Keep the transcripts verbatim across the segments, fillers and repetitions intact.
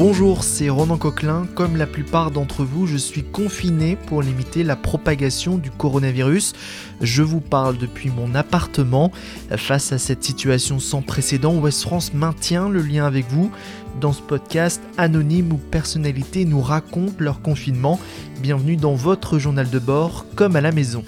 Bonjour, c'est Ronan Coquelin. Comme la plupart d'entre vous, je suis confiné pour limiter la propagation du coronavirus. Je vous parle depuis mon appartement. Face à cette situation sans précédent, Ouest France maintient le lien avec vous. Dans ce podcast, anonymes ou personnalités nous racontent leur confinement. Bienvenue dans votre journal de bord, comme à la maison.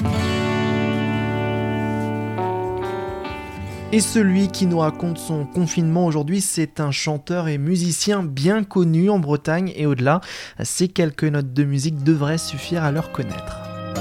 Et celui qui nous raconte son confinement aujourd'hui, c'est un chanteur et musicien bien connu en Bretagne et au-delà. Ces quelques notes de musique devraient suffire à le reconnaître.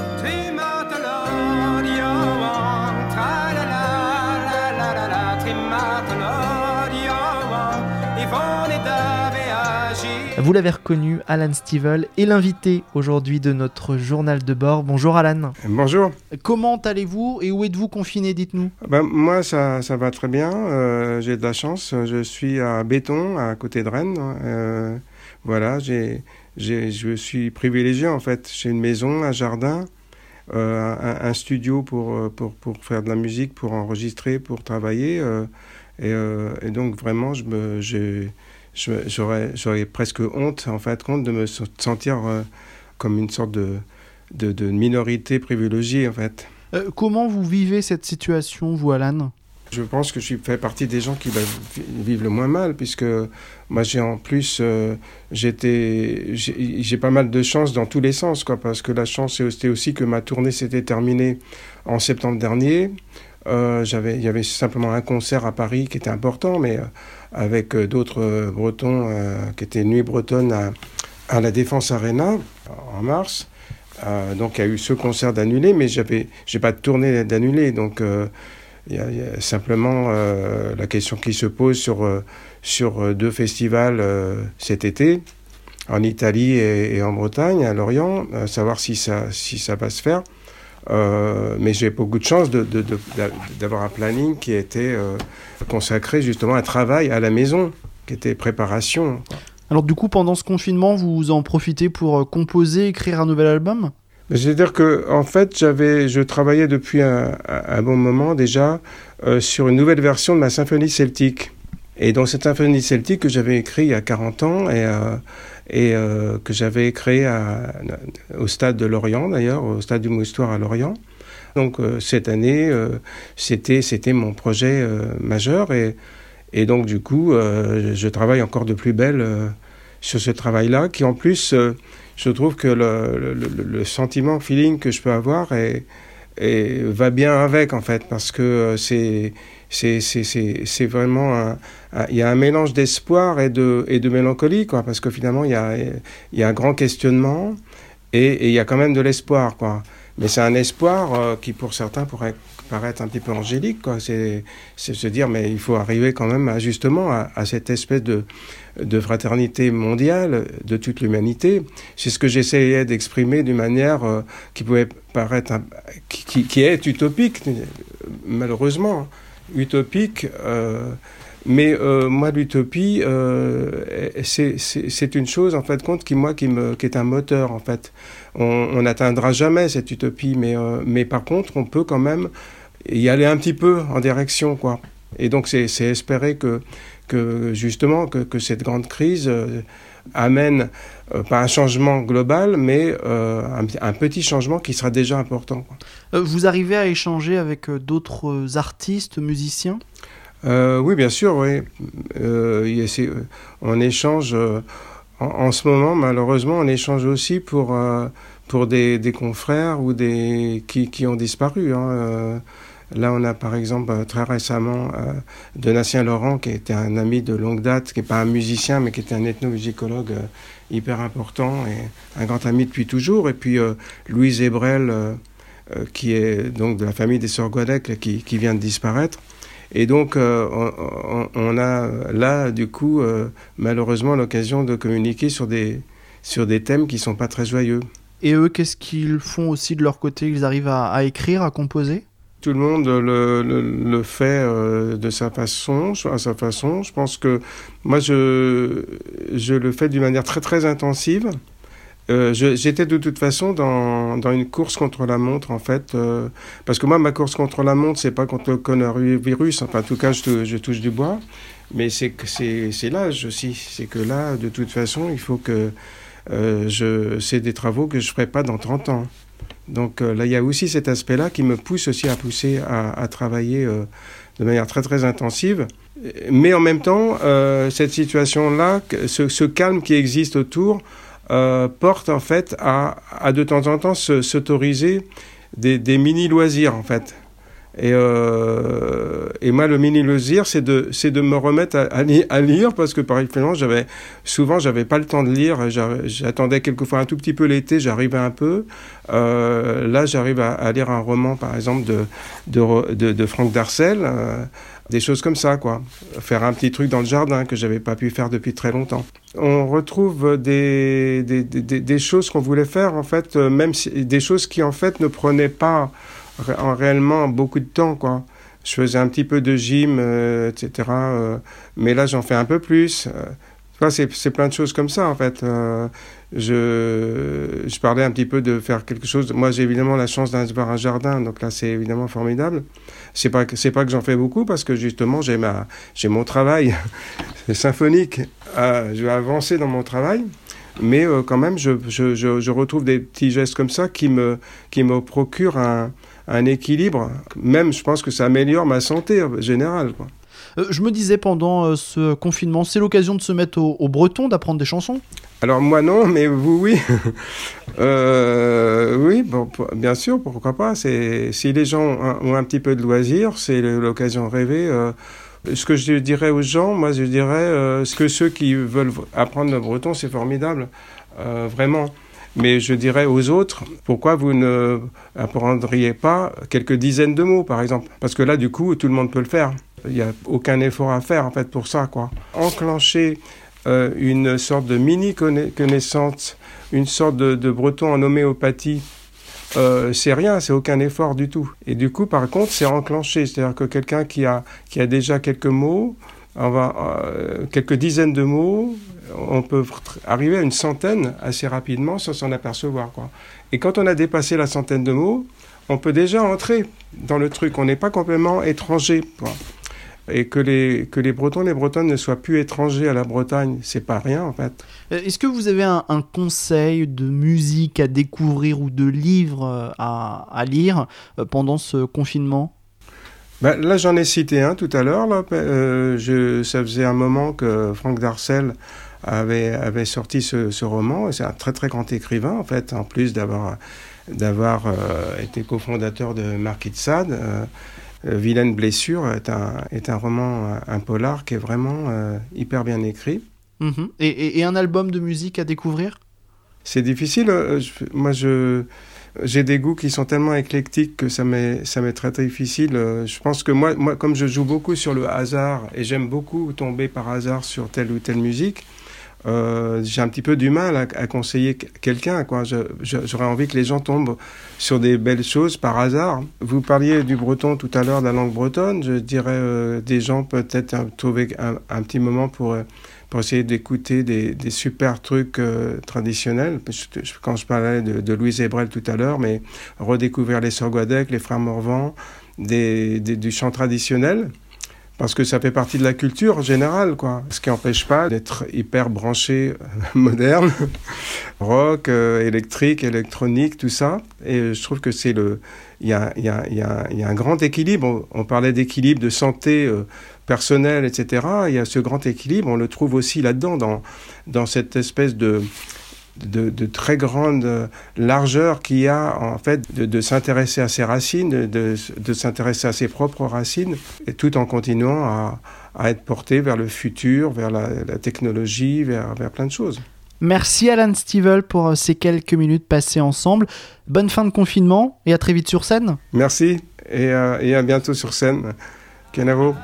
Vous l'avez reconnu, Alan Stivell est l'invité aujourd'hui de notre journal de bord. Bonjour Alan. Bonjour. Comment allez-vous et où êtes-vous confiné, dites-nous ? Ben, moi, ça, ça va très bien. Euh, j'ai de la chance. Je suis à Béton, à côté de Rennes. Euh, voilà, j'ai, j'ai, je suis privilégié en fait. J'ai une maison, un jardin, euh, un, un studio pour, pour, pour faire de la musique, pour enregistrer, pour travailler. Euh, et, euh, et donc vraiment, je me... J'ai, J'aurais, j'aurais presque honte, en fait, compte de me sentir euh, comme une sorte de, de, de minorité privilégiée, en fait. Euh, comment vous vivez cette situation, vous, Alan ? Je pense que je fais partie des gens qui bah, vivent le moins mal, puisque moi, j'ai en plus, euh, j'étais, j'ai, j'ai pas mal de chance dans tous les sens, quoi, parce que la chance, c'était aussi que ma tournée s'était terminée en septembre dernier. Euh, j'avais, il y avait simplement un concert à Paris qui était important, mais euh, avec euh, d'autres euh, Bretons euh, qui étaient Nuit Bretonne à, à la Défense Arena en mars. Euh, donc il y a eu ce concert d'annulé, mais j'avais, j'ai pas de tournée d'annulé. Donc euh, il y a, il y a simplement euh, la question qui se pose sur, euh, sur deux festivals euh, cet été, en Italie et, et en Bretagne, à Lorient, euh, savoir si ça, si ça va se faire. Euh, mais j'ai beaucoup de chance de, de, de, d'avoir un planning qui était euh, consacré justement à un travail à la maison, qui était préparation. Alors du coup, pendant ce confinement, vous en profitez pour composer, écrire un nouvel album ? C'est-à-dire que, en fait, j'avais, je travaillais depuis un, un bon moment déjà euh, sur une nouvelle version de ma symphonie celtique. Et donc cette symphonie celtique que j'avais écrite il y a quarante ans et euh, et euh, que j'avais créé à, au stade de Lorient d'ailleurs, au stade du Moustoir à Lorient. Donc euh, cette année, euh, c'était, c'était mon projet euh, majeur et, et donc du coup, euh, je travaille encore de plus belle euh, sur ce travail-là qui en plus, euh, je trouve que le, le, le sentiment, le feeling que je peux avoir est, est, va bien avec en fait parce que euh, c'est... C'est, c'est, c'est, c'est vraiment un, un, il y a un mélange d'espoir et de, et de mélancolie, quoi, parce que finalement, il y a, il y a un grand questionnement et, et il y a quand même de l'espoir, quoi. Mais c'est un espoir euh, qui, pour certains, pourrait paraître un petit peu angélique, quoi. C'est, c'est se dire, mais il faut arriver quand même à, justement à, à cette espèce de, de fraternité mondiale de toute l'humanité. C'est ce que j'essayais d'exprimer d'une manière euh, qui pouvait paraître, un, qui, qui, qui est utopique, malheureusement. Utopique, euh, mais euh, moi l'utopie euh, c'est, c'est, c'est une chose en fait compte qui moi qui me qui est un moteur en fait. On n'atteindra jamais cette utopie, mais euh, mais par contre on peut quand même y aller un petit peu en direction quoi. Et donc c'est c'est espérer que que justement que que cette grande crise euh, amène euh, pas un changement global, mais euh, un, un petit changement qui sera déjà important, quoi. Euh, vous arrivez à échanger avec euh, d'autres artistes, musiciens ? euh, Oui, bien sûr, oui. Euh, c'est, on échange, euh, en, en ce moment, malheureusement, on échange aussi pour, euh, pour des, des confrères ou des, qui, qui ont disparu, hein. Euh, Là, on a par exemple très récemment euh, Donatien Laurent, qui était un ami de longue date, qui n'est pas un musicien, mais qui était un ethnomusicologue euh, hyper important et un grand ami depuis toujours. Et puis euh, Louise Ebrel, euh, euh, qui est donc de la famille des Sœurs Guadec, qui, qui vient de disparaître. Et donc, euh, on, on a là, du coup, euh, malheureusement, l'occasion de communiquer sur des, sur des thèmes qui ne sont pas très joyeux. Et eux, qu'est-ce qu'ils font aussi de leur côté ? Ils arrivent à, à écrire, à composer ? Tout le monde le, le, le fait euh, de sa façon, à sa façon. Je pense que moi, je, je le fais d'une manière très, très intensive. Euh, je, j'étais de toute façon dans, dans une course contre la montre, en fait. Euh, parce que moi, ma course contre la montre, c'est pas contre le coronavirus. Enfin, en tout cas, je, je touche du bois. Mais c'est, que c'est, c'est l'âge aussi. C'est que là, de toute façon, il faut que... Euh, je, c'est des travaux que je ferai pas dans trente ans. Donc euh, là, il y a aussi cet aspect-là qui me pousse aussi à pousser à, à travailler euh, de manière très, très intensive. Mais en même temps, euh, cette situation-là, ce, ce calme qui existe autour... Euh, porte en fait à, à de temps en temps se, s'autoriser des, des mini-loisirs en fait. Et, euh, et moi, le mini-loisir, c'est de, c'est de me remettre à, à, li- à lire parce que par exemple, j'avais, souvent, j'avais pas le temps de lire. J'attendais quelquefois un tout petit peu l'été, j'arrivais un peu. Euh, là, j'arrive à, à lire un roman, par exemple, de, de, de, de Franck Darcel. Euh, Des choses comme ça, quoi. Faire un petit truc dans le jardin que j'avais pas pu faire depuis très longtemps. On retrouve des, des, des, des choses qu'on voulait faire, en fait, euh, même si, des choses qui, en fait, ne prenaient pas ré- en réellement beaucoup de temps, quoi. Je faisais un petit peu de gym, euh, et cetera. Euh, mais là, j'en fais un peu plus. Euh, enfin, c'est, c'est plein de choses comme ça, en fait. Euh, je, je parlais un petit peu de faire quelque chose. Moi, j'ai évidemment la chance d'avoir un jardin, donc là, c'est évidemment formidable. C'est pas que, c'est pas que j'en fais beaucoup, parce que justement, j'ai, ma, j'ai mon travail symphonique. Euh, je vais avancer dans mon travail, mais euh, quand même, je, je, je, je retrouve des petits gestes comme ça qui me, qui me procurent un, un équilibre. Même, je pense que ça améliore ma santé générale, quoi. Euh, je me disais pendant euh, ce confinement, c'est l'occasion de se mettre au, au breton, d'apprendre des chansons ? Alors moi non, mais vous oui. euh, oui, bon, bien sûr, pourquoi pas. C'est, si les gens ont un petit peu de loisirs, c'est l'occasion de rêver. Euh, ce que je dirais aux gens, moi je dirais euh, que ceux qui veulent apprendre le breton, c'est formidable, euh, vraiment. Mais je dirais aux autres, pourquoi vous ne apprendriez pas quelques dizaines de mots, par exemple ? Parce que là, du coup, tout le monde peut le faire. Il n'y a aucun effort à faire, en fait, pour ça, quoi. Enclencher euh, une sorte de mini-connaissance, une sorte de, de breton en homéopathie, euh, c'est rien, c'est aucun effort du tout. Et du coup, par contre, c'est enclenché. C'est-à-dire que quelqu'un qui a, qui a déjà quelques mots, on va, euh, quelques dizaines de mots, on peut arriver à une centaine assez rapidement sans s'en apercevoir, quoi. Et quand on a dépassé la centaine de mots, on peut déjà entrer dans le truc. On n'est pas complètement étranger, quoi. Et que les, que les Bretons, les Bretonnes ne soient plus étrangers à la Bretagne, c'est pas rien, en fait. Est-ce que vous avez un, un conseil de musique à découvrir ou de livres à, à lire pendant ce confinement ? Ben, là, j'en ai cité un tout à l'heure. Là. Euh, je, ça faisait un moment que Franck Darcel avait, avait sorti ce, ce roman. C'est un très, très grand écrivain, en fait, en plus d'avoir, d'avoir euh, été cofondateur de Marquis de Sade. Euh, Vilaine blessure est un, est un roman, un polar qui est vraiment euh, hyper bien écrit. Mmh. Et, et, et un album de musique à découvrir ? C'est difficile. Euh, je, moi, je... J'ai des goûts qui sont tellement éclectiques que ça m'est, ça m'est très, très difficile. Je pense que moi, moi, comme je joue beaucoup sur le hasard et j'aime beaucoup tomber par hasard sur telle ou telle musique, euh, j'ai un petit peu du mal à, à conseiller quelqu'un, quoi. Je, je, j'aurais envie que les gens tombent sur des belles choses par hasard. Vous parliez du breton tout à l'heure, de la langue bretonne. Je dirais euh, des gens peut-être euh, trouver un, un petit moment pour... Euh, pour essayer d'écouter des, des super trucs euh, traditionnels. Quand je parlais de, de Louise Hébrel tout à l'heure, mais redécouvrir les Sœurs Guadec, les Frères Morvan, des, des, du chant traditionnel, parce que ça fait partie de la culture générale, quoi. Ce qui n'empêche pas d'être hyper branché, euh, moderne, rock, euh, électrique, électronique, tout ça. Et je trouve que c'est le... Il y a, il y a, il y a, il y a un grand équilibre. On, on parlait d'équilibre, de santé... Euh, personnel, et cetera. Il y a ce grand équilibre, on le trouve aussi là-dedans, dans, dans cette espèce de, de, de très grande largeur qu'il y a, en fait, de, de s'intéresser à ses racines, de, de, de s'intéresser à ses propres racines, et tout en continuant à, à être porté vers le futur, vers la, la technologie, vers, vers plein de choses. Merci Alan Stivell pour ces quelques minutes passées ensemble. Bonne fin de confinement et à très vite sur scène. Merci, et, euh, et à bientôt sur scène. Kenavo.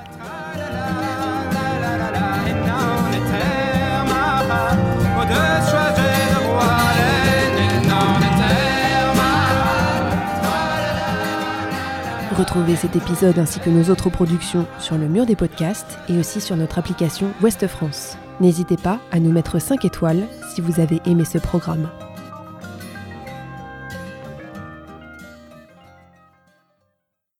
Retrouvez cet épisode ainsi que nos autres productions sur le mur des podcasts et aussi sur notre application Ouest France. N'hésitez pas à nous mettre cinq étoiles si vous avez aimé ce programme.